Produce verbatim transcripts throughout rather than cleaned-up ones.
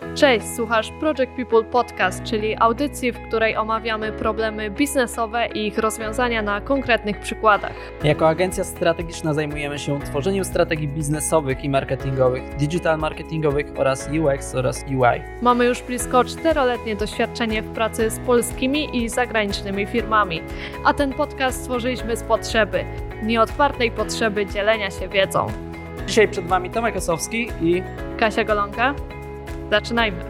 Cześć, słuchasz Project People Podcast, czyli audycji, w której omawiamy problemy biznesowe i ich rozwiązania na konkretnych przykładach. Jako agencja strategiczna zajmujemy się tworzeniem strategii biznesowych i marketingowych, digital marketingowych oraz U X oraz U I. Mamy już blisko czteroletnie doświadczenie w pracy z polskimi i zagranicznymi firmami, a ten podcast stworzyliśmy z potrzeby, nieodpartej potrzeby dzielenia się wiedzą. Dzisiaj przed Wami Tomek Osowski i Kasia Golonka. Zaczynajmy.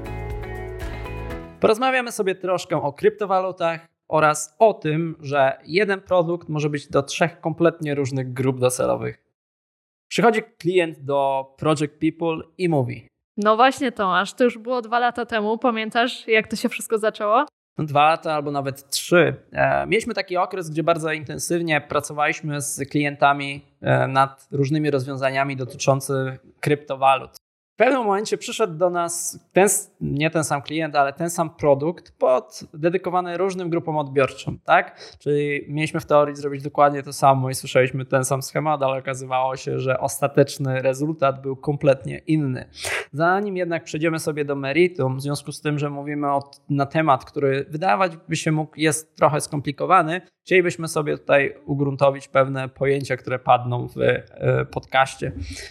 Porozmawiamy sobie troszkę o kryptowalutach oraz o tym, że jeden produkt może być do trzech kompletnie różnych grup docelowych. Przychodzi klient do Project People i mówi: No właśnie, Tomasz, to już było dwa lata temu. Pamiętasz, jak to się wszystko zaczęło? Dwa lata albo nawet trzy. E, mieliśmy taki okres, gdzie bardzo intensywnie pracowaliśmy z klientami e, nad różnymi rozwiązaniami dotyczącymi kryptowalut. W pewnym momencie przyszedł do nas ten, nie ten sam klient, ale ten sam produkt pod dedykowany różnym grupom odbiorczym, tak? Czyli mieliśmy w teorii zrobić dokładnie to samo i słyszeliśmy ten sam schemat, ale okazywało się, że ostateczny rezultat był kompletnie inny. Zanim jednak przejdziemy sobie do meritum, w związku z tym, że mówimy o, na temat, który wydawać by się mógł jest trochę skomplikowany, chcielibyśmy sobie tutaj ugruntowić pewne pojęcia, które padną w e, podcaście.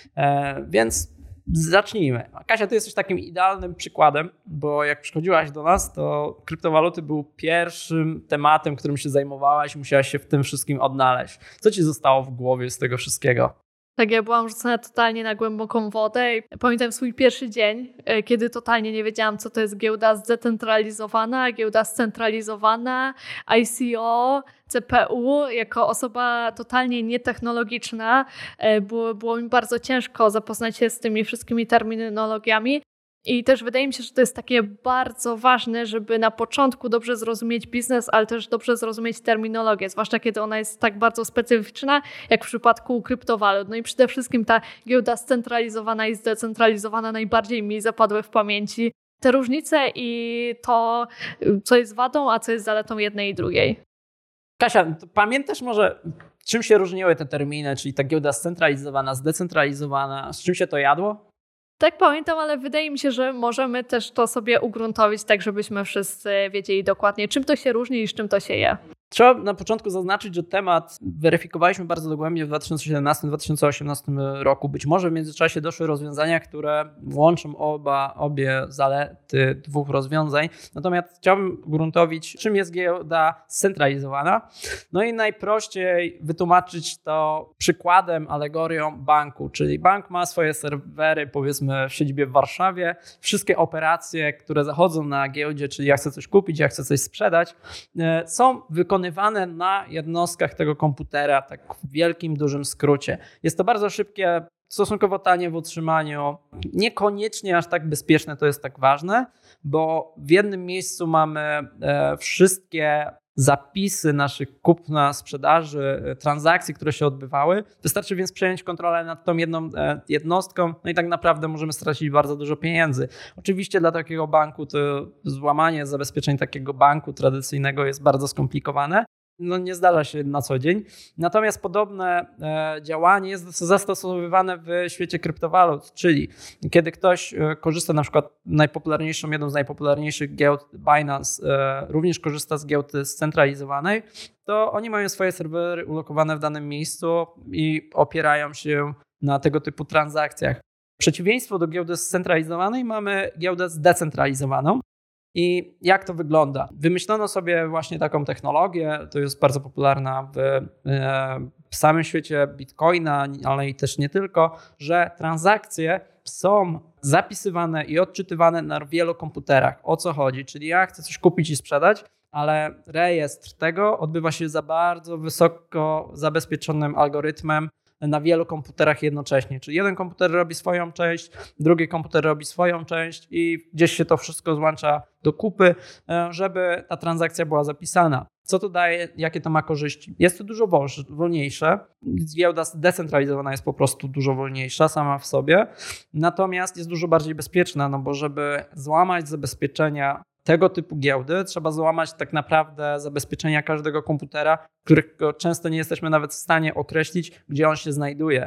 E, więc zacznijmy. Kasia, ty jesteś takim idealnym przykładem, bo jak przychodziłaś do nas, to kryptowaluty był pierwszym tematem, którym się zajmowałaś i musiałaś się w tym wszystkim odnaleźć. Co ci zostało w głowie z tego wszystkiego? Tak, ja byłam rzucona totalnie na głęboką wodę i pamiętam swój pierwszy dzień, kiedy totalnie nie wiedziałam, co to jest giełda zdecentralizowana, giełda scentralizowana, I C O, C P U. Jako osoba totalnie nietechnologiczna było, było mi bardzo ciężko zapoznać się z tymi wszystkimi terminologiami. I też wydaje mi się, że to jest takie bardzo ważne, żeby na początku dobrze zrozumieć biznes, ale też dobrze zrozumieć terminologię, zwłaszcza kiedy ona jest tak bardzo specyficzna, jak w przypadku kryptowalut. No i przede wszystkim ta giełda scentralizowana i zdecentralizowana najbardziej mi zapadły w pamięci. Te różnice i to, co jest wadą, a co jest zaletą jednej i drugiej. Kasia, pamiętasz może, czym się różniły te terminy, czyli ta giełda scentralizowana, zdecentralizowana, z czym się to jadło? Tak, pamiętam, ale wydaje mi się, że możemy też to sobie ugruntowić tak, żebyśmy wszyscy wiedzieli dokładnie, czym to się różni i z czym to się je. Trzeba na początku zaznaczyć, że temat weryfikowaliśmy bardzo dogłębnie w dwa tysiące siedemnastym dwa tysiące osiemnastym roku. Być może w międzyczasie doszły rozwiązania, które łączą oba, obie zalety dwóch rozwiązań. Natomiast chciałbym ugruntowić, czym jest giełda scentralizowana. No i najprościej wytłumaczyć to przykładem, alegorią banku. Czyli bank ma swoje serwery, powiedzmy w siedzibie w Warszawie. Wszystkie operacje, które zachodzą na giełdzie, czyli ja chcę coś kupić, ja chcę coś sprzedać, są wykonywane na jednostkach tego komputera, tak w wielkim, dużym skrócie. Jest to bardzo szybkie, stosunkowo tanie w utrzymaniu, niekoniecznie aż tak bezpieczne, to jest tak ważne, bo w jednym miejscu mamy e, wszystkie zapisy naszych kupna, sprzedaży, transakcji, które się odbywały. Wystarczy więc przejąć kontrolę nad tą jedną jednostką, no i tak naprawdę możemy stracić bardzo dużo pieniędzy. Oczywiście dla takiego banku to złamanie zabezpieczeń takiego banku tradycyjnego jest bardzo skomplikowane. No nie zdarza się na co dzień. Natomiast podobne e, działanie jest zastosowywane w świecie kryptowalut, czyli kiedy ktoś e, korzysta na przykład najpopularniejszą, jedną z najpopularniejszych giełd Binance, e, również korzysta z giełdy scentralizowanej, to oni mają swoje serwery ulokowane w danym miejscu i opierają się na tego typu transakcjach. Przeciwieństwo do giełdy scentralizowanej mamy giełdę zdecentralizowaną. I jak to wygląda? Wymyślono sobie właśnie taką technologię, to jest bardzo popularna w, w samym świecie Bitcoina, ale i też nie tylko, że transakcje są zapisywane i odczytywane na wielu komputerach. O co chodzi? Czyli ja chcę coś kupić i sprzedać, ale rejestr tego odbywa się za bardzo wysoko zabezpieczonym algorytmem na wielu komputerach jednocześnie. Czyli jeden komputer robi swoją część, drugi komputer robi swoją część i gdzieś się to wszystko złącza do kupy, żeby ta transakcja była zapisana. Co to daje, jakie to ma korzyści? Jest to dużo wolniejsze. Giełda zdecentralizowana jest po prostu dużo wolniejsza sama w sobie, natomiast jest dużo bardziej bezpieczna, no bo żeby złamać zabezpieczenia tego typu giełdy, trzeba złamać tak naprawdę zabezpieczenia każdego komputera, którego często nie jesteśmy nawet w stanie określić, gdzie on się znajduje.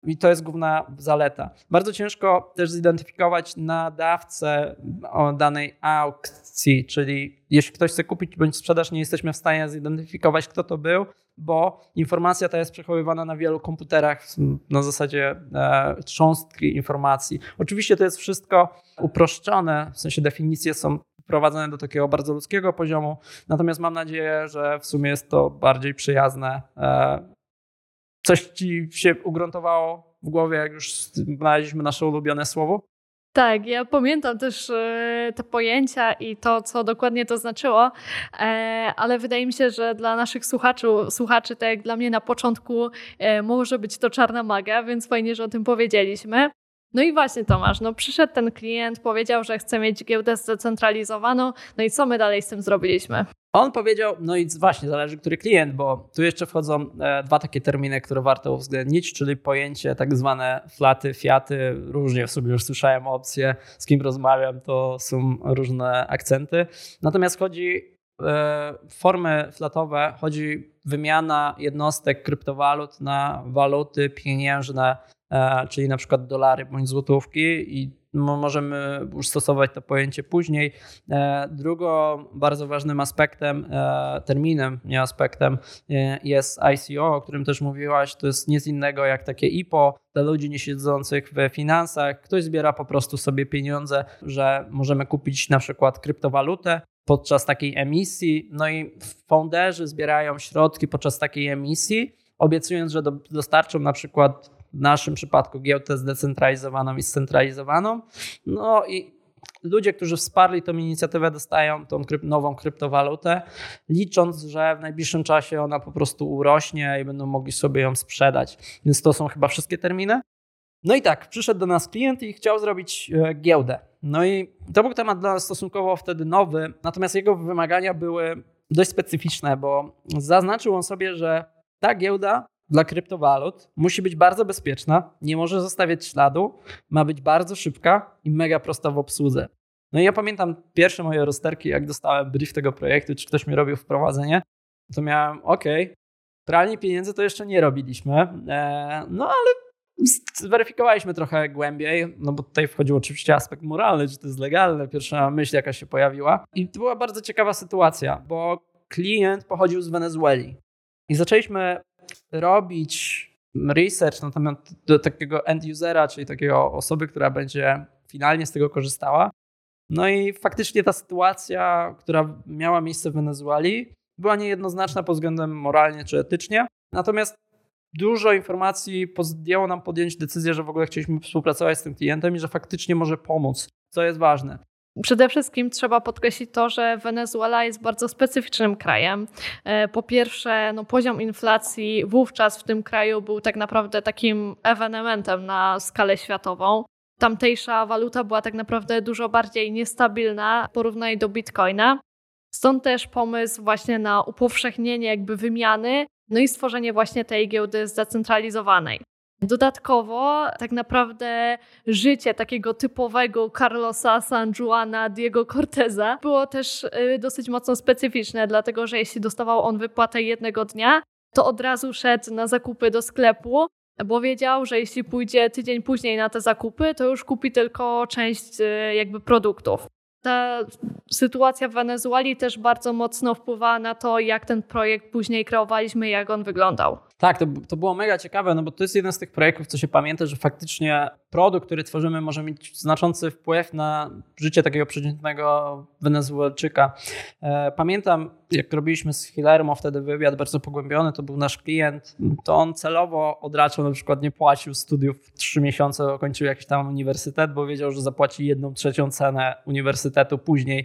I to jest główna zaleta. Bardzo ciężko też zidentyfikować nadawcę o danej aukcji, czyli jeśli ktoś chce kupić bądź sprzedać, nie jesteśmy w stanie zidentyfikować, kto to był, bo informacja ta jest przechowywana na wielu komputerach na zasadzie e, cząstki informacji. Oczywiście to jest wszystko uproszczone, w sensie definicje są prowadzone do takiego bardzo ludzkiego poziomu, natomiast mam nadzieję, że w sumie jest to bardziej przyjazne. E, coś ci się ugruntowało w głowie, jak już znaleźliśmy nasze ulubione słowo? Tak, ja pamiętam też e, te pojęcia i to, co dokładnie to znaczyło, e, ale wydaje mi się, że dla naszych słuchaczy, słuchaczy, tak jak dla mnie na początku, e, może być to czarna magia, więc fajnie, że o tym powiedzieliśmy. No i właśnie, Tomasz, no przyszedł ten klient, powiedział, że chce mieć giełdę zdecentralizowaną, no i co my dalej z tym zrobiliśmy? On powiedział, no i właśnie zależy, który klient, bo tu jeszcze wchodzą e, dwa takie terminy, które warto uwzględnić, czyli pojęcie tak zwane flaty, fiaty, różnie w sobie już słyszałem opcje, z kim rozmawiam, to są różne akcenty. Natomiast chodzi e, formy flatowe, chodzi wymiana jednostek kryptowalut na waluty pieniężne, e, czyli na przykład dolary bądź złotówki i możemy już stosować to pojęcie później. Drugim bardzo ważnym aspektem, terminem, nie aspektem, jest I C O, o którym też mówiłaś. To jest nic innego jak takie I P O dla ludzi nie siedzących w finansach. Ktoś zbiera po prostu sobie pieniądze, że możemy kupić na przykład kryptowalutę podczas takiej emisji. No i founderzy zbierają środki podczas takiej emisji, obiecując, że do, dostarczą na przykład w naszym przypadku giełdę zdecentralizowaną i scentralizowaną. No i ludzie, którzy wsparli tą inicjatywę, dostają tą kryp- nową kryptowalutę, licząc, że w najbliższym czasie ona po prostu urośnie i będą mogli sobie ją sprzedać. Więc to są chyba wszystkie terminy. No i tak, przyszedł do nas klient i chciał zrobić e, giełdę. No i to był temat dla nas stosunkowo wtedy nowy, natomiast jego wymagania były dość specyficzne, bo zaznaczył on sobie, że ta giełda dla kryptowalut musi być bardzo bezpieczna, nie może zostawiać śladu, ma być bardzo szybka i mega prosta w obsłudze. No i ja pamiętam pierwsze moje rozterki, jak dostałem brief tego projektu, czy ktoś mi robił wprowadzenie, to miałem ok, pralni pieniędzy to jeszcze nie robiliśmy, eee, no ale zweryfikowaliśmy trochę głębiej, no bo tutaj wchodził oczywiście aspekt moralny, czy to jest legalne, pierwsza myśl jaka się pojawiła i to była bardzo ciekawa sytuacja, bo klient pochodził z Wenezueli i zaczęliśmy robić research na temat do takiego end usera, czyli takiego osoby, która będzie finalnie z tego korzystała. No i faktycznie ta sytuacja, która miała miejsce w Wenezueli, była niejednoznaczna pod względem moralnie czy etycznie. Natomiast dużo informacji pozwoliło nam podjąć decyzję, że w ogóle chcieliśmy współpracować z tym klientem i że faktycznie może pomóc, co jest ważne. Przede wszystkim trzeba podkreślić to, że Wenezuela jest bardzo specyficznym krajem. Po pierwsze, no poziom inflacji wówczas w tym kraju był tak naprawdę takim ewenementem na skalę światową. Tamtejsza waluta była tak naprawdę dużo bardziej niestabilna w porównaniu do Bitcoina. Stąd też pomysł właśnie na upowszechnienie jakby wymiany, no i stworzenie właśnie tej giełdy zdecentralizowanej. Dodatkowo tak naprawdę życie takiego typowego Carlosa San Juana Diego Corteza było też dosyć mocno specyficzne, dlatego że jeśli dostawał on wypłatę jednego dnia, to od razu szedł na zakupy do sklepu, bo wiedział, że jeśli pójdzie tydzień później na te zakupy, to już kupi tylko część jakby produktów. Ta sytuacja w Wenezueli też bardzo mocno wpływała na to, jak ten projekt później kreowaliśmy, jak on wyglądał. Tak, to, to było mega ciekawe, no bo to jest jeden z tych projektów, co się pamięta, że faktycznie produkt, który tworzymy, może mieć znaczący wpływ na życie takiego przeciętnego Wenezuelczyka. Pamiętam, jak robiliśmy z Hilermo wtedy wywiad bardzo pogłębiony, to był nasz klient, to on celowo odraczał, na przykład nie płacił studiów trzy miesiące, kończył jakiś tam uniwersytet, bo wiedział, że zapłaci jedną trzecią cenę uniwersytetu później,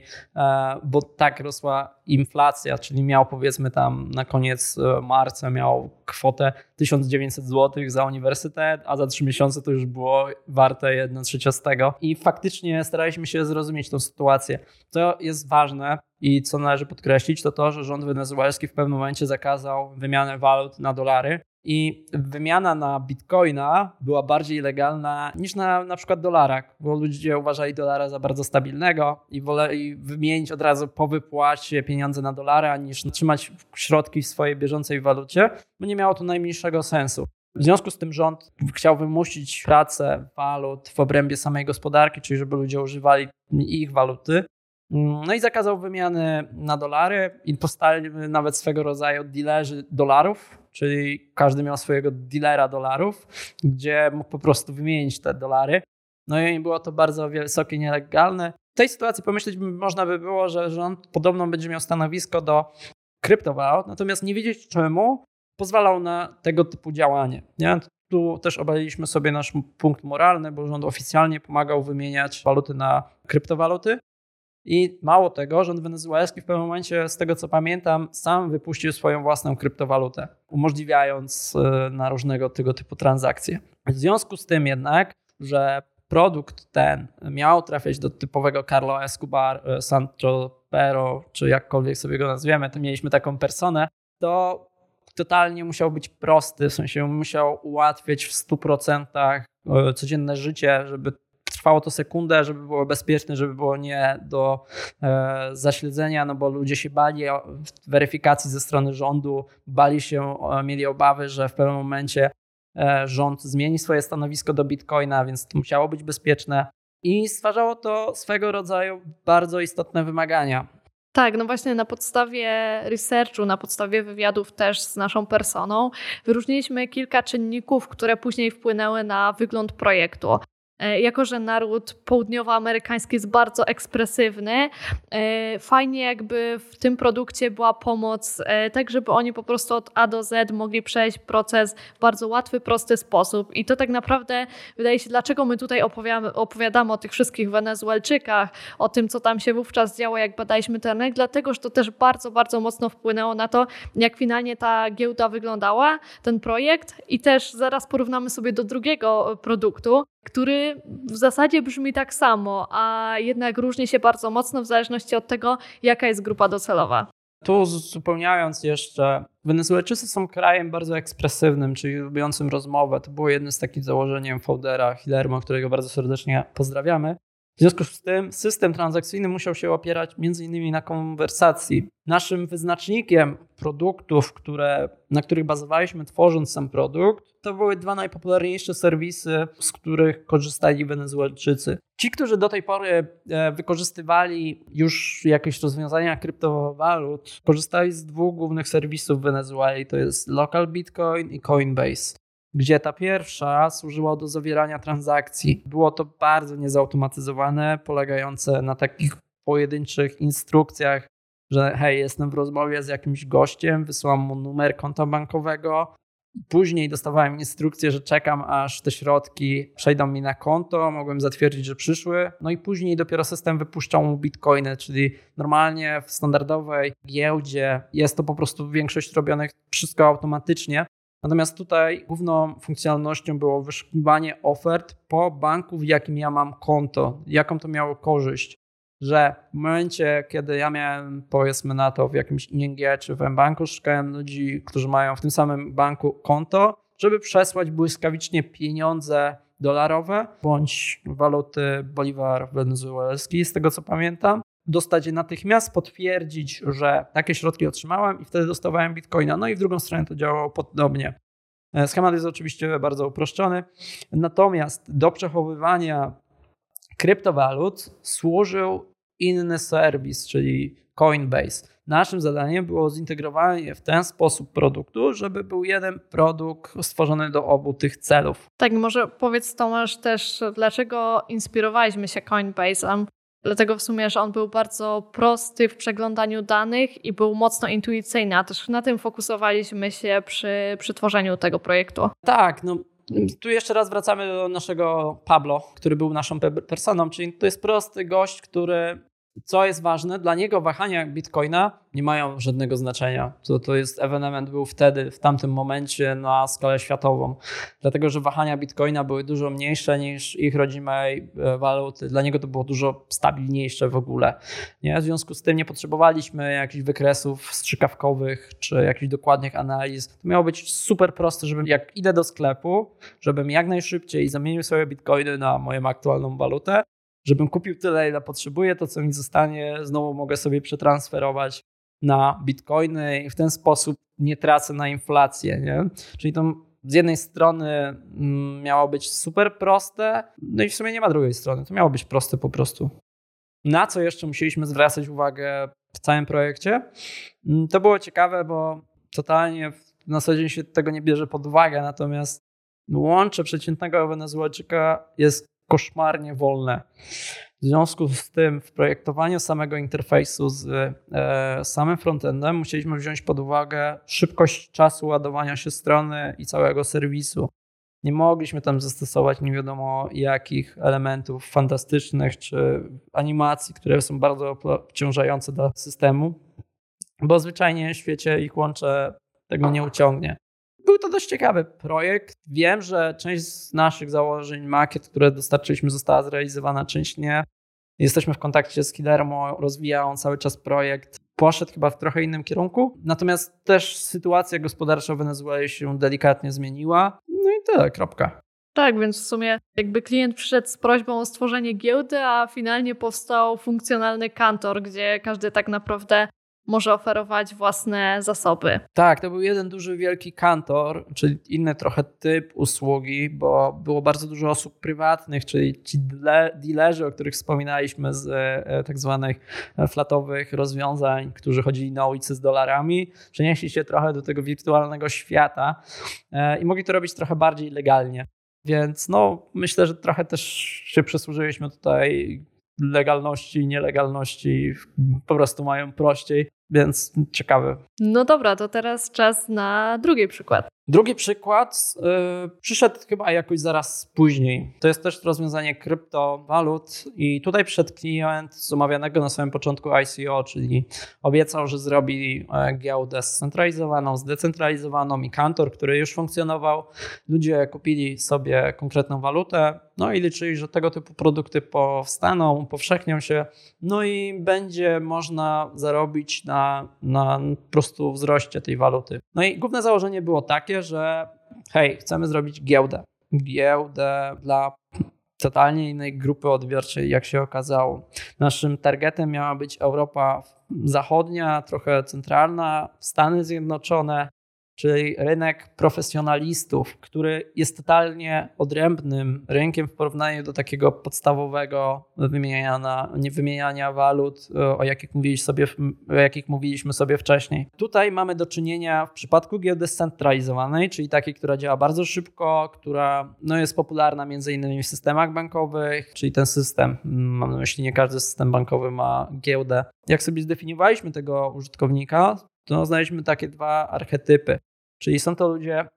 bo tak rosła inflacja, czyli miał powiedzmy tam na koniec marca miał kwotę tysiąc dziewięćset złotych za uniwersytet, a za trzy miesiące to już było warte jedna trzecia z tego. I faktycznie staraliśmy się zrozumieć tę sytuację. Co jest ważne i co należy podkreślić, to to, że rząd wenezuelski w pewnym momencie zakazał wymiany walut na dolary i wymiana na bitcoina była bardziej legalna niż na na przykład dolarach, bo ludzie uważali dolara za bardzo stabilnego i woleli wymienić od razu po wypłacie pieniądze na dolary, niż trzymać środki w swojej bieżącej walucie, bo nie miało to najmniejszego sensu. W związku z tym rząd chciał wymusić pracę walut w obrębie samej gospodarki, czyli żeby ludzie używali ich waluty. No i zakazał wymiany na dolary i powstali nawet swego rodzaju dealerzy dolarów, czyli każdy miał swojego dealera dolarów, gdzie mógł po prostu wymienić te dolary. No i było to bardzo wysokie, nielegalne. W tej sytuacji pomyśleć można by było, że rząd podobno będzie miał stanowisko do kryptowalut, natomiast nie wiedzieć czemu pozwalał na tego typu działanie. Nie? Tu też obaliliśmy sobie nasz punkt moralny, bo rząd oficjalnie pomagał wymieniać waluty na kryptowaluty. I mało tego, rząd wenezuelski w pewnym momencie, z tego co pamiętam, sam wypuścił swoją własną kryptowalutę, umożliwiając na różnego tego typu transakcje. W związku z tym jednak, że produkt ten miał trafiać do typowego Carlo Escobar, Sancho Pero, czy jakkolwiek sobie go nazwiemy, to mieliśmy taką personę, to totalnie musiał być prosty, w sensie musiał ułatwiać w stu procentach codzienne życie, żeby trwało to sekundę, żeby było bezpieczne, żeby było nie do e, zaśledzenia, no bo ludzie się bali o weryfikacji ze strony rządu, bali się, o, mieli obawy, że w pewnym momencie e, rząd zmieni swoje stanowisko do Bitcoina, więc to musiało być bezpieczne i stwarzało to swego rodzaju bardzo istotne wymagania. Tak, no właśnie na podstawie researchu, na podstawie wywiadów też z naszą personą wyróżniliśmy kilka czynników, które później wpłynęły na wygląd projektu. Jako że naród południowoamerykański jest bardzo ekspresywny, fajnie jakby w tym produkcie była pomoc, tak żeby oni po prostu od A do Z mogli przejść proces w bardzo łatwy, prosty sposób. I to tak naprawdę wydaje się, dlaczego my tutaj opowiadamy, opowiadamy o tych wszystkich Wenezuelczykach, o tym, co tam się wówczas działo, jak badaliśmy ten rynek, dlatego że to też bardzo, bardzo mocno wpłynęło na to, jak finalnie ta giełda wyglądała, ten projekt. I też zaraz porównamy sobie do drugiego produktu, który w zasadzie brzmi tak samo, a jednak różni się bardzo mocno w zależności od tego, jaka jest grupa docelowa. Tu uzupełniając jeszcze, Wenezuelczycy są krajem bardzo ekspresywnym, czyli lubiącym rozmowę. To było jedno z takich założeń foundera Hilermo, którego bardzo serdecznie pozdrawiamy. W związku z tym system transakcyjny musiał się opierać między innymi na konwersacji. Naszym wyznacznikiem produktów, które, na których bazowaliśmy tworząc sam produkt, to były dwa najpopularniejsze serwisy, z których korzystali Wenezuelczycy. Ci, którzy do tej pory wykorzystywali już jakieś rozwiązania kryptowalut, korzystali z dwóch głównych serwisów w Wenezueli, to jest Local Bitcoin i Coinbase, gdzie ta pierwsza służyła do zawierania transakcji. Było to bardzo niezautomatyzowane, polegające na takich pojedynczych instrukcjach, że hej, jestem w rozmowie z jakimś gościem, wysyłam mu numer konta bankowego. Później dostawałem instrukcję, że czekam, aż te środki przejdą mi na konto, mogłem zatwierdzić, że przyszły. No i później dopiero system wypuszczał mu bitcoiny, czyli normalnie w standardowej giełdzie jest to po prostu większość robionych wszystko automatycznie. Natomiast tutaj główną funkcjonalnością było wyszukiwanie ofert po banku, w jakim ja mam konto, jaką to miało korzyść, że w momencie, kiedy ja miałem, powiedzmy na to, w jakimś I N G czy w mBanku, szukałem ludzi, którzy mają w tym samym banku konto, żeby przesłać błyskawicznie pieniądze dolarowe bądź waluty bolivar wenezuelski, z tego co pamiętam, dostać je natychmiast, potwierdzić, że takie środki otrzymałem i wtedy dostawałem bitcoina. No i w drugą stronę to działało podobnie. Schemat jest oczywiście bardzo uproszczony, natomiast do przechowywania kryptowalut służył inny serwis, czyli Coinbase. Naszym zadaniem było zintegrowanie w ten sposób produktu, żeby był jeden produkt stworzony do obu tych celów. Tak, może powiedz Tomasz też, dlaczego inspirowaliśmy się Coinbase'em? Dlatego w sumie, że on był bardzo prosty w przeglądaniu danych i był mocno intuicyjny, a też na tym fokusowaliśmy się przy, przy tworzeniu tego projektu. Tak, no tu jeszcze raz wracamy do naszego Pablo, który był naszą personą, czyli to jest prosty gość, który, co jest ważne, dla niego wahania Bitcoina nie mają żadnego znaczenia. To, to jest ewenement był wtedy, w tamtym momencie na skalę światową. Dlatego, że wahania Bitcoina były dużo mniejsze niż ich rodzimej waluty. Dla niego to było dużo stabilniejsze w ogóle. Nie? W związku z tym nie potrzebowaliśmy jakichś wykresów strzykawkowych czy jakichś dokładnych analiz. To miało być super proste, żebym jak idę do sklepu, żebym jak najszybciej zamienił sobie Bitcoiny na moją aktualną walutę, żebym kupił tyle, ile potrzebuję, to co mi zostanie, znowu mogę sobie przetransferować na bitcoiny i w ten sposób nie tracę na inflację. Nie? Czyli to z jednej strony miało być super proste, no i w sumie nie ma drugiej strony. To miało być proste po prostu. Na co jeszcze musieliśmy zwracać uwagę w całym projekcie? To było ciekawe, bo totalnie na co dzień się tego nie bierze pod uwagę, natomiast łącze przeciętnego Wenezuelczyka jest koszmarnie wolne. W związku z tym w projektowaniu samego interfejsu z e, samym frontendem musieliśmy wziąć pod uwagę szybkość czasu ładowania się strony i całego serwisu. Nie mogliśmy tam zastosować nie wiadomo jakich elementów fantastycznych czy animacji, które są bardzo obciążające dla systemu, bo zwyczajnie w świecie ich łącze tego nie uciągnie. Był to dość ciekawy projekt. Wiem, że część z naszych założeń, makiet, które dostarczyliśmy, została zrealizowana, część nie. Jesteśmy w kontakcie z Guillermo, rozwija on cały czas projekt. Poszedł chyba w trochę innym kierunku. Natomiast też sytuacja gospodarcza w Wenezueli się delikatnie zmieniła. No i tyle, kropka. Tak, więc w sumie jakby klient przyszedł z prośbą o stworzenie giełdy, a finalnie powstał funkcjonalny kantor, gdzie każdy tak naprawdę może oferować własne zasoby. Tak, to był jeden duży, wielki kantor, czyli inny trochę typ usługi, bo było bardzo dużo osób prywatnych, czyli ci dealerzy, o których wspominaliśmy z tak zwanych flatowych rozwiązań, którzy chodzili na ulicy z dolarami, przenieśli się trochę do tego wirtualnego świata i mogli to robić trochę bardziej legalnie. Więc no, myślę, że trochę też się przysłużyliśmy tutaj legalności i nielegalności, po prostu mają prościej, więc ciekawe. No dobra, to teraz czas na drugi przykład. Drugi przykład yy, przyszedł chyba jakoś zaraz później. To jest też rozwiązanie kryptowalut i tutaj przyszedł klient z omawianego na samym początku I C O, czyli obiecał, że zrobi giełdę scentralizowaną, zdecentralizowaną i kantor, który już funkcjonował. Ludzie kupili sobie konkretną walutę, no i liczyli, że tego typu produkty powstaną, upowszechnią się, no i będzie można zarobić na, na po prostu wzroście tej waluty. No i główne założenie było takie, że hej, chcemy zrobić giełdę. Giełdę dla totalnie innej grupy odbiorczej, jak się okazało. Naszym targetem miała być Europa Zachodnia, trochę centralna, Stany Zjednoczone, czyli rynek profesjonalistów, który jest totalnie odrębnym rynkiem w porównaniu do takiego podstawowego wymieniania, nie wymieniania walut, o jakich, mówiliśmy sobie, o jakich mówiliśmy sobie wcześniej. Tutaj mamy do czynienia w przypadku giełdy scentralizowanej, czyli takiej, która działa bardzo szybko, która no, jest popularna między innymi w systemach bankowych, czyli ten system, mam na myśli, nie każdy system bankowy ma giełdę. Jak sobie zdefiniowaliśmy tego użytkownika, to znaleźliśmy takie dwa archetypy. Czyli są to ludzie,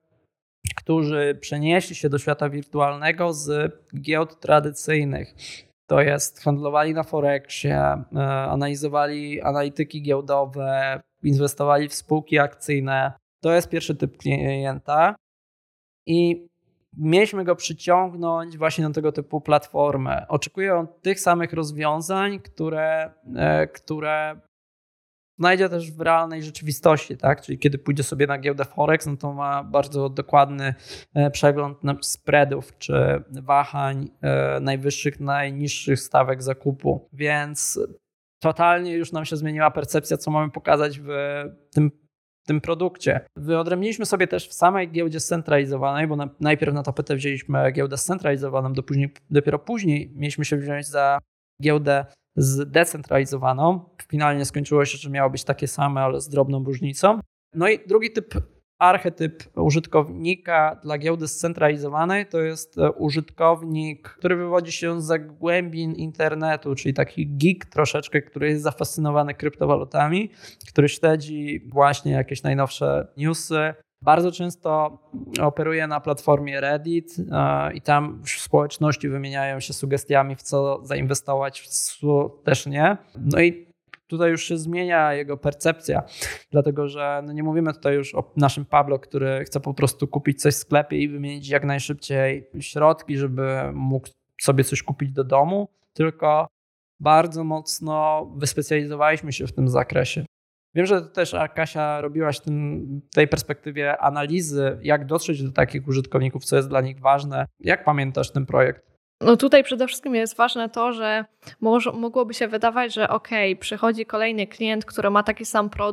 którzy przenieśli się do świata wirtualnego z giełd tradycyjnych. To jest handlowali na Forexie, analizowali analityki giełdowe, inwestowali w spółki akcyjne. To jest pierwszy typ klienta i mieliśmy go przyciągnąć właśnie na tego typu platformę. Oczekuje on tych samych rozwiązań, które, które znajdzie też w realnej rzeczywistości, tak? Czyli kiedy pójdzie sobie na giełdę Forex, no to ma bardzo dokładny przegląd spreadów czy wahań najwyższych, najniższych stawek zakupu. Więc totalnie już nam się zmieniła percepcja, co mamy pokazać w tym, w tym produkcie. Wyodrębniliśmy sobie też w samej giełdzie scentralizowanej, bo na, najpierw na tapetę wzięliśmy giełdę scentralizowaną, do później, dopiero później mieliśmy się wziąć za giełdę zdecentralizowaną. Finalnie skończyło się, że miało być takie same, ale z drobną różnicą. No i drugi typ, archetyp użytkownika dla giełdy scentralizowanej to jest użytkownik, który wywodzi się z głębin internetu, czyli taki geek troszeczkę, który jest zafascynowany kryptowalutami, który śledzi właśnie jakieś najnowsze newsy. Bardzo często operuje na platformie Reddit i tam w społeczności wymieniają się sugestiami, w co zainwestować, w co też nie. No i tutaj już się zmienia jego percepcja, dlatego że no nie mówimy tutaj już o naszym Pablo, który chce po prostu kupić coś w sklepie i wymienić jak najszybciej środki, żeby mógł sobie coś kupić do domu, tylko bardzo mocno wyspecjalizowaliśmy się w tym zakresie. Wiem, że też Kasia robiłaś w tej perspektywie analizy, jak dotrzeć do takich użytkowników, co jest dla nich ważne. Jak pamiętasz ten projekt? No tutaj przede wszystkim jest ważne to, że może, mogłoby się wydawać, że okej, przychodzi kolejny klient, który ma taki sam produkt,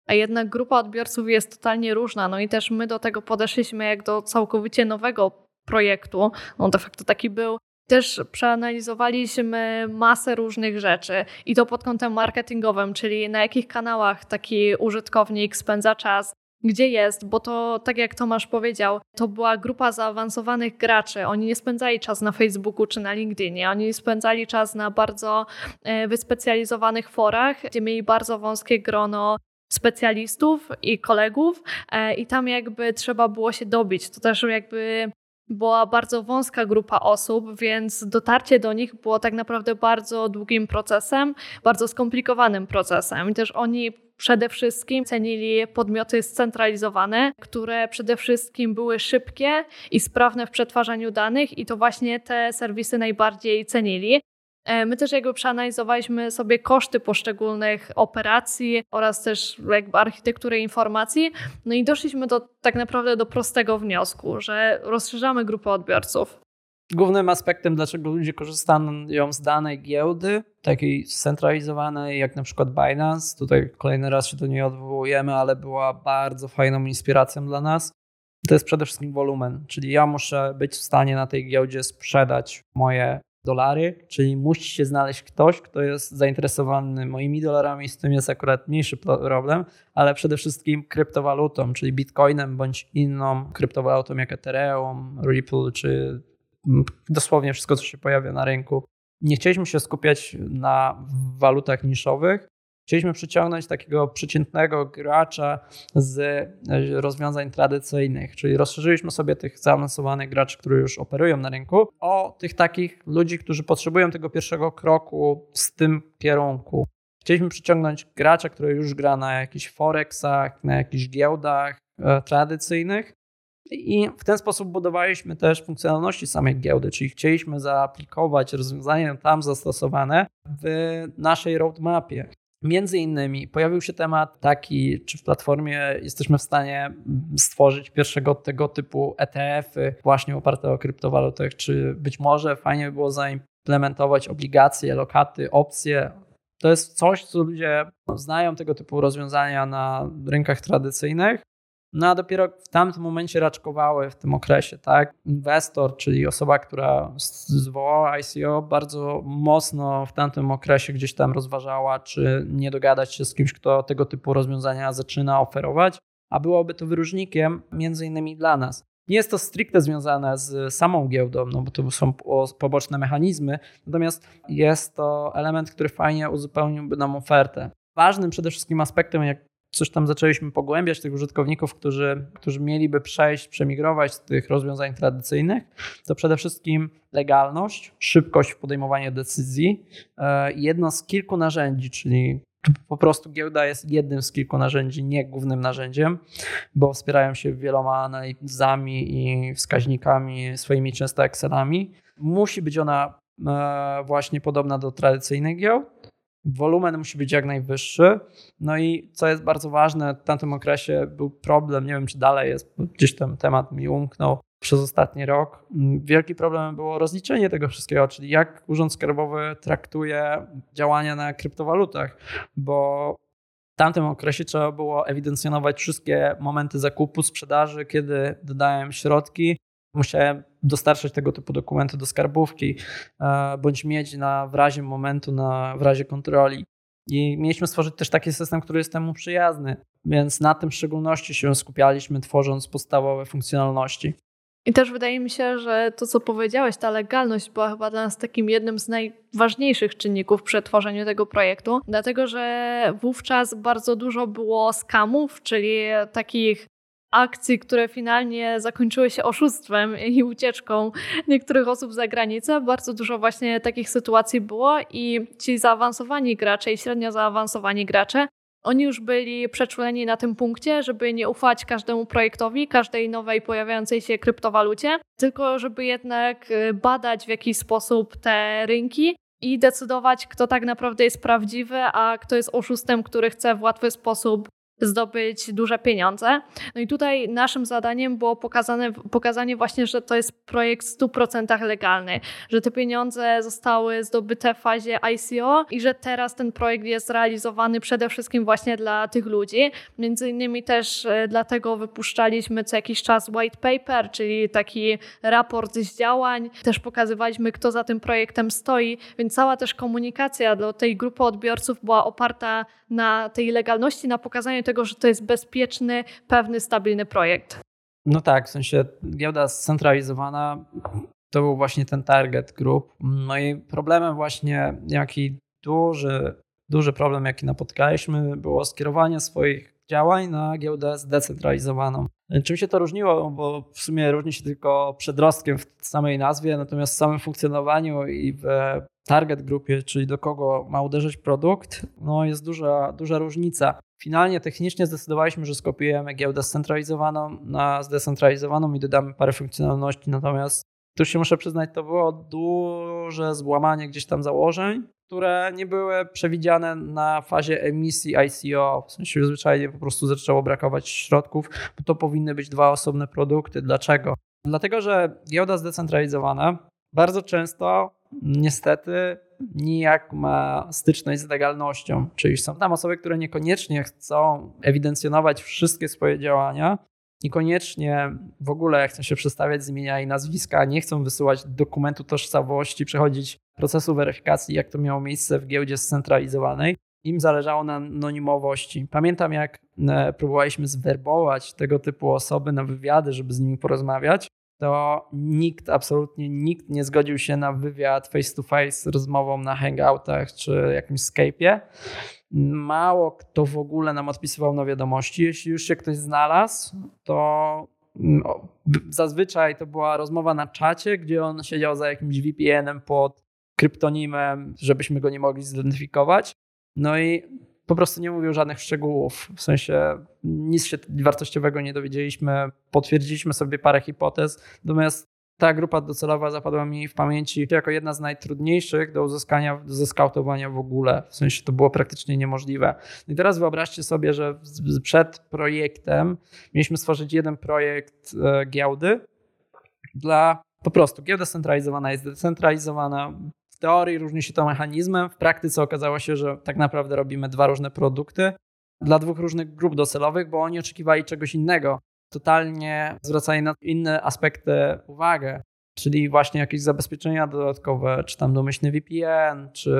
a jednak grupa odbiorców jest totalnie różna. No i też my do tego podeszliśmy jak do całkowicie nowego projektu. On de facto taki był. Też przeanalizowaliśmy masę różnych rzeczy i to pod kątem marketingowym, czyli na jakich kanałach taki użytkownik spędza czas, gdzie jest, bo to tak jak Tomasz powiedział, to była grupa zaawansowanych graczy. Oni nie spędzali czas na Facebooku czy na LinkedInie, oni spędzali czas na bardzo wyspecjalizowanych forach, gdzie mieli bardzo wąskie grono specjalistów i kolegów i tam jakby trzeba było się dobić. To też jakby była bardzo wąska grupa osób, więc dotarcie do nich było tak naprawdę bardzo długim procesem, bardzo skomplikowanym procesem. I też oni przede wszystkim cenili podmioty scentralizowane, które przede wszystkim były szybkie i sprawne w przetwarzaniu danych i to właśnie te serwisy najbardziej cenili. My też jakby przeanalizowaliśmy sobie koszty poszczególnych operacji oraz też jakby architektury informacji, no i doszliśmy do, tak naprawdę do prostego wniosku, że rozszerzamy grupę odbiorców. Głównym aspektem, dlaczego ludzie korzystają z danej giełdy, takiej scentralizowanej jak na przykład Binance, tutaj kolejny raz się do niej odwołujemy, ale była bardzo fajną inspiracją dla nas, to jest przede wszystkim wolumen, czyli ja muszę być w stanie na tej giełdzie sprzedać moje dolary, czyli musi się znaleźć ktoś, kto jest zainteresowany moimi dolarami, z tym jest akurat mniejszy problem, ale przede wszystkim kryptowalutą, czyli bitcoinem bądź inną kryptowalutą jak Ethereum, Ripple, czy dosłownie wszystko, co się pojawia na rynku. Nie chcieliśmy się skupiać na walutach niszowych, chcieliśmy przyciągnąć takiego przeciętnego gracza z rozwiązań tradycyjnych, czyli rozszerzyliśmy sobie tych zaawansowanych graczy, którzy już operują na rynku, o tych takich ludzi, którzy potrzebują tego pierwszego kroku w tym kierunku. Chcieliśmy przyciągnąć gracza, który już gra na jakichś forexach, na jakichś giełdach e, tradycyjnych i w ten sposób budowaliśmy też funkcjonalności samej giełdy, czyli chcieliśmy zaaplikować rozwiązania tam zastosowane w naszej roadmapie. Między innymi pojawił się temat taki, czy w platformie jesteśmy w stanie stworzyć pierwszego tego typu E T F-y właśnie oparte o kryptowalutach, czy być może fajnie by było zaimplementować obligacje, lokaty, opcje. To jest coś, co ludzie znają tego typu rozwiązania na rynkach tradycyjnych, no a dopiero w tamtym momencie raczkowały w tym okresie, tak? Inwestor, czyli osoba, która zwołała I C O, bardzo mocno w tamtym okresie gdzieś tam rozważała, czy nie dogadać się z kimś, kto tego typu rozwiązania zaczyna oferować, a byłoby to wyróżnikiem między innymi dla nas. Nie jest to stricte związane z samą giełdą, no bo to są poboczne mechanizmy, natomiast jest to element, który fajnie uzupełniłby nam ofertę. Ważnym przede wszystkim aspektem, jak coś tam zaczęliśmy pogłębiać, tych użytkowników, którzy, którzy mieliby przejść, przemigrować z tych rozwiązań tradycyjnych, to przede wszystkim legalność, szybkość w podejmowaniu decyzji, jedno z kilku narzędzi, czyli po prostu giełda jest jednym z kilku narzędzi, nie głównym narzędziem, bo wspierają się wieloma analizami i wskaźnikami, swoimi często Excelami. Musi być ona właśnie podobna do tradycyjnych giełd. Wolumen musi być jak najwyższy. No i co jest bardzo ważne, w tamtym okresie był problem, nie wiem czy dalej jest, gdzieś ten temat mi umknął przez ostatni rok. Wielki problem było rozliczenie tego wszystkiego, czyli jak Urząd Skarbowy traktuje działania na kryptowalutach, bo w tamtym okresie trzeba było ewidencjonować wszystkie momenty zakupu, sprzedaży, kiedy dodałem środki. Musiałem dostarczać tego typu dokumenty do skarbówki, bądź mieć na, w razie momentu, na, w razie kontroli. I mieliśmy stworzyć też taki system, który jest temu przyjazny, więc na tym w szczególności się skupialiśmy, tworząc podstawowe funkcjonalności. I też wydaje mi się, że to, co powiedziałeś, ta legalność była chyba dla nas takim jednym z najważniejszych czynników przy tworzeniu tego projektu, dlatego że wówczas bardzo dużo było skamów, czyli takich akcji, które finalnie zakończyły się oszustwem i ucieczką niektórych osób za granicę. Bardzo dużo właśnie takich sytuacji było i ci zaawansowani gracze i średnio zaawansowani gracze, oni już byli przeczuleni na tym punkcie, żeby nie ufać każdemu projektowi, każdej nowej pojawiającej się kryptowalucie, tylko żeby jednak badać w jakiś sposób te rynki i decydować, kto tak naprawdę jest prawdziwy, a kto jest oszustem, który chce w łatwy sposób zdobyć duże pieniądze. No i tutaj naszym zadaniem było pokazane, pokazanie właśnie, że to jest projekt w stu procentach legalny, że te pieniądze zostały zdobyte w fazie I C O i że teraz ten projekt jest realizowany przede wszystkim właśnie dla tych ludzi. Między innymi też dlatego wypuszczaliśmy co jakiś czas white paper, czyli taki raport z działań. Też pokazywaliśmy, kto za tym projektem stoi, więc cała też komunikacja dla tej grupy odbiorców była oparta na tej legalności, na pokazaniu tego, że to jest bezpieczny, pewny, stabilny projekt. No tak, w sensie giełda scentralizowana to był właśnie ten target group. No i problemem właśnie, jaki duży, duży problem, jaki napotkaliśmy, było skierowanie swoich działań na giełdę zdecentralizowaną. Czym się to różniło? Bo w sumie różni się tylko przedrostkiem w samej nazwie, natomiast w samym funkcjonowaniu i w target grupie, czyli do kogo ma uderzyć produkt, no jest duża, duża różnica. Finalnie technicznie zdecydowaliśmy, że skopiujemy giełdę scentralizowaną na zdecentralizowaną i dodamy parę funkcjonalności, natomiast tu się muszę przyznać, to było duże złamanie gdzieś tam założeń, które nie były przewidziane na fazie emisji I C O. W sensie zwyczajnie po prostu zaczęło brakować środków, bo to powinny być dwa osobne produkty. Dlaczego? Dlatego, że giełda zdecentralizowana bardzo często niestety nijak ma styczność z legalnością, czyli są tam osoby, które niekoniecznie chcą ewidencjonować wszystkie swoje działania, niekoniecznie w ogóle chcą się przedstawiać z imienia i nazwiska, nie chcą wysyłać dokumentu tożsamości, przechodzić procesu weryfikacji, jak to miało miejsce w giełdzie scentralizowanej. Im zależało na anonimowości. Pamiętam, jak próbowaliśmy zwerbować tego typu osoby na wywiady, żeby z nimi porozmawiać, to nikt, absolutnie nikt nie zgodził się na wywiad face to face z rozmową na hangoutach czy jakimś Skype'ie. Mało kto w ogóle nam odpisywał na wiadomości. Jeśli już się ktoś znalazł, to zazwyczaj to była rozmowa na czacie, gdzie on siedział za jakimś V P N-em pod kryptonimem, żebyśmy go nie mogli zidentyfikować. No i po prostu nie mówił żadnych szczegółów, w sensie nic się wartościowego nie dowiedzieliśmy, potwierdziliśmy sobie parę hipotez, natomiast ta grupa docelowa zapadła mi w pamięci jako jedna z najtrudniejszych do uzyskania, do zeskautowania w ogóle, w sensie to było praktycznie niemożliwe. I teraz wyobraźcie sobie, że przed projektem mieliśmy stworzyć jeden projekt giełdy dla po prostu giełda scentralizowana jest decentralizowana. W teorii różni się to mechanizmem, w praktyce okazało się, że tak naprawdę robimy dwa różne produkty dla dwóch różnych grup docelowych, bo oni oczekiwali czegoś innego. Totalnie zwracali na inne aspekty uwagę, czyli właśnie jakieś zabezpieczenia dodatkowe, czy tam domyślny V P N, czy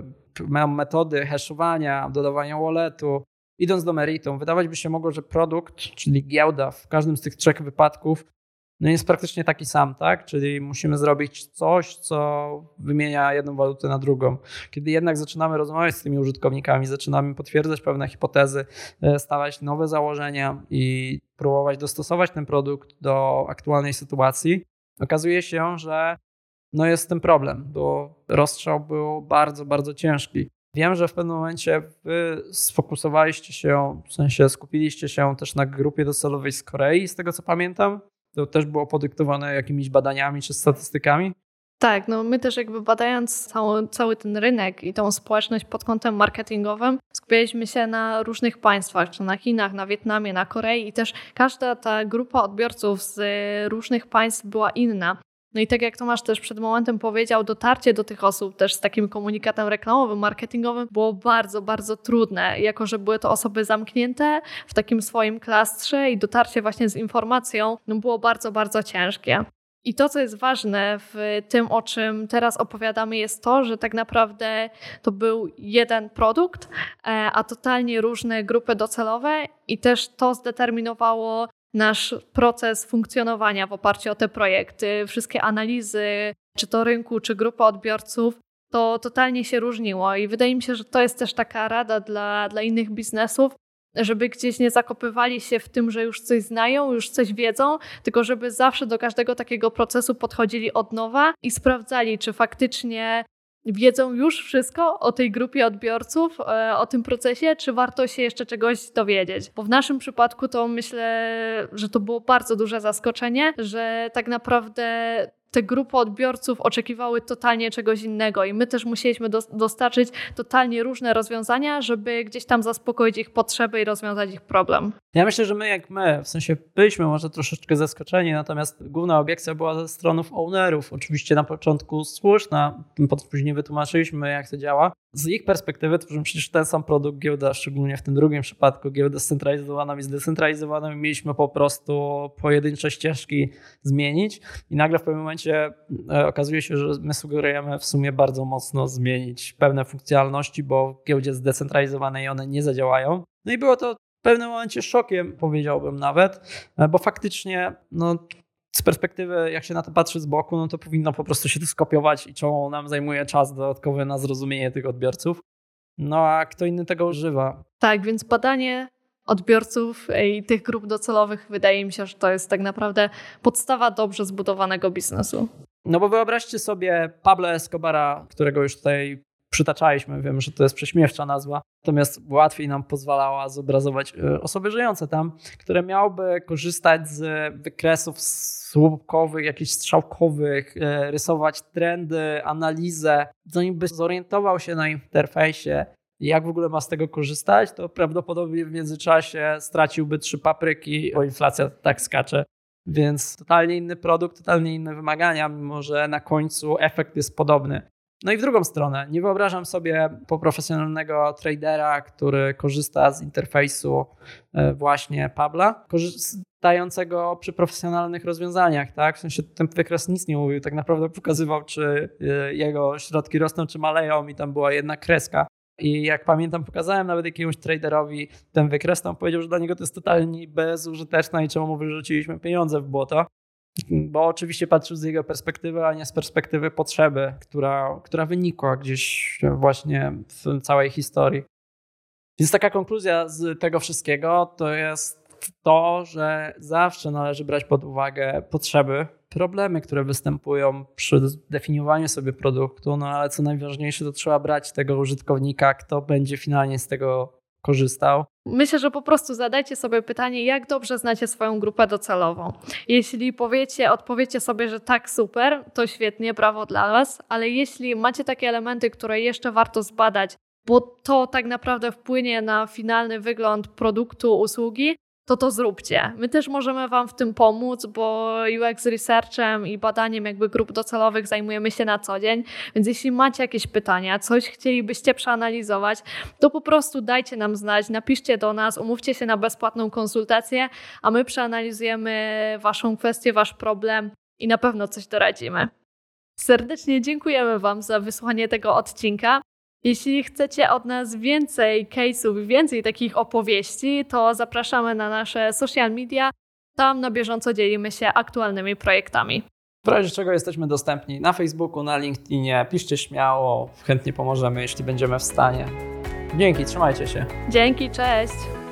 metody hashowania, dodawania walletu. Idąc do meritum, wydawać by się mogło, że produkt, czyli giełda w każdym z tych trzech wypadków no jest praktycznie taki sam, tak? Czyli musimy zrobić coś, co wymienia jedną walutę na drugą. Kiedy jednak zaczynamy rozmawiać z tymi użytkownikami, zaczynamy potwierdzać pewne hipotezy, stawiać nowe założenia i próbować dostosować ten produkt do aktualnej sytuacji, okazuje się, że no jest z tym problem, bo rozstrzał był bardzo, bardzo ciężki. Wiem, że w pewnym momencie wy sfokusowaliście się, w sensie skupiliście się też na grupie docelowej z Korei, z tego co pamiętam. To też było podyktowane jakimiś badaniami czy statystykami? Tak, no my też jakby badając cały, cały ten rynek i tą społeczność pod kątem marketingowym, skupialiśmy się na różnych państwach, czy na Chinach, na Wietnamie, na Korei i też każda ta grupa odbiorców z różnych państw była inna. No i tak jak Tomasz też przed momentem powiedział, dotarcie do tych osób też z takim komunikatem reklamowym, marketingowym było bardzo, bardzo trudne, jako że były to osoby zamknięte w takim swoim klastrze i dotarcie właśnie z informacją no było bardzo, bardzo ciężkie. I to, co jest ważne w tym, o czym teraz opowiadamy, jest to, że tak naprawdę to był jeden produkt, a totalnie różne grupy docelowe i też to zdeterminowało nasz proces funkcjonowania w oparciu o te projekty, wszystkie analizy, czy to rynku, czy grupy odbiorców, to totalnie się różniło i wydaje mi się, że to jest też taka rada dla, dla innych biznesów, żeby gdzieś nie zakopywali się w tym, że już coś znają, już coś wiedzą, tylko żeby zawsze do każdego takiego procesu podchodzili od nowa i sprawdzali, czy faktycznie wiedzą już wszystko o tej grupie odbiorców, o tym procesie, czy warto się jeszcze czegoś dowiedzieć. Bo w naszym przypadku to myślę, że to było bardzo duże zaskoczenie, że tak naprawdę te grupy odbiorców oczekiwały totalnie czegoś innego i my też musieliśmy do, dostarczyć totalnie różne rozwiązania, żeby gdzieś tam zaspokoić ich potrzeby i rozwiązać ich problem. Ja myślę, że my jak my, w sensie byliśmy może troszeczkę zaskoczeni, natomiast główna obiekcja była ze stronów ownerów. Oczywiście na początku słuszna, potem później wytłumaczyliśmy, jak to działa. Z ich perspektywy tworzymy przecież ten sam produkt, giełda, szczególnie w tym drugim przypadku, giełda scentralizowana i zdecentralizowana, i mieliśmy po prostu pojedyncze ścieżki zmienić i nagle w pewnym momencie okazuje się, że my sugerujemy w sumie bardzo mocno zmienić pewne funkcjonalności, bo w giełdzie zdecentralizowanej one nie zadziałają. No i było to w pewnym momencie szokiem, powiedziałbym nawet, bo faktycznie no, z perspektywy, jak się na to patrzy z boku, no to powinno po prostu się to skopiować i czemu nam zajmuje czas dodatkowy na zrozumienie tych odbiorców. No a kto inny tego używa? Tak, więc badanie odbiorców i tych grup docelowych wydaje mi się, że to jest tak naprawdę podstawa dobrze zbudowanego biznesu. No bo wyobraźcie sobie Pablo Escobara, którego już tutaj przytaczaliśmy, wiem, że to jest prześmiewcza nazwa, natomiast łatwiej nam pozwalała zobrazować osoby żyjące tam, które miałyby korzystać z wykresów słupkowych, jakichś strzałkowych, rysować trendy, analizę, zanim by zorientował się na interfejsie, jak w ogóle ma z tego korzystać, to prawdopodobnie w międzyczasie straciłby trzy papryki, bo inflacja tak skacze. Więc totalnie inny produkt, totalnie inne wymagania, mimo że na końcu efekt jest podobny. No i w drugą stronę, nie wyobrażam sobie profesjonalnego tradera, który korzysta z interfejsu właśnie Pabla, korzystającego przy profesjonalnych rozwiązaniach, tak? W sensie ten wykres nic nie mówił, tak naprawdę pokazywał, czy jego środki rosną, czy maleją i tam była jedna kreska. I jak pamiętam, pokazałem nawet jakiemuś traderowi ten wykres, tam powiedział, że dla niego to jest totalnie bezużyteczne i czemu mu wyrzuciliśmy pieniądze w błoto. Bo oczywiście patrzył z jego perspektywy, a nie z perspektywy potrzeby, która, która wynikła gdzieś właśnie w całej historii. Więc taka konkluzja z tego wszystkiego to jest to, że zawsze należy brać pod uwagę potrzeby, problemy, które występują przy definiowaniu sobie produktu, no ale co najważniejsze, to trzeba brać tego użytkownika, kto będzie finalnie z tego korzystał. Myślę, że po prostu zadajcie sobie pytanie, jak dobrze znacie swoją grupę docelową. Jeśli powiecie, odpowiecie sobie, że tak, super, to świetnie, brawo dla was, ale jeśli macie takie elementy, które jeszcze warto zbadać, bo to tak naprawdę wpłynie na finalny wygląd produktu, usługi, to to zróbcie. My też możemy wam w tym pomóc, bo U X researchem i badaniem jakby grup docelowych zajmujemy się na co dzień, więc jeśli macie jakieś pytania, coś chcielibyście przeanalizować, to po prostu dajcie nam znać, napiszcie do nas, umówcie się na bezpłatną konsultację, a my przeanalizujemy waszą kwestię, wasz problem i na pewno coś doradzimy. Serdecznie dziękujemy wam za wysłuchanie tego odcinka. Jeśli chcecie od nas więcej case'ów, więcej takich opowieści, to zapraszamy na nasze social media. Tam na bieżąco dzielimy się aktualnymi projektami. W razie czego jesteśmy dostępni na Facebooku, na LinkedInie. Piszcie śmiało, chętnie pomożemy, jeśli będziemy w stanie. Dzięki, trzymajcie się. Dzięki, cześć.